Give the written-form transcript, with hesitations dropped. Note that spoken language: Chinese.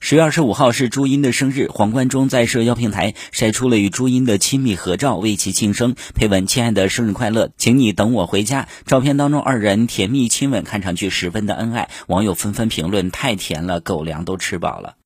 10月25号是朱茵的生日，黄贯中在社交平台晒出了与朱茵的亲密合照，为其庆生，配文：亲爱的，生日快乐，请你等我回家。照片当中二人甜蜜亲吻，看上去十分的恩爱，网友纷纷评论：太甜了，狗粮都吃饱了。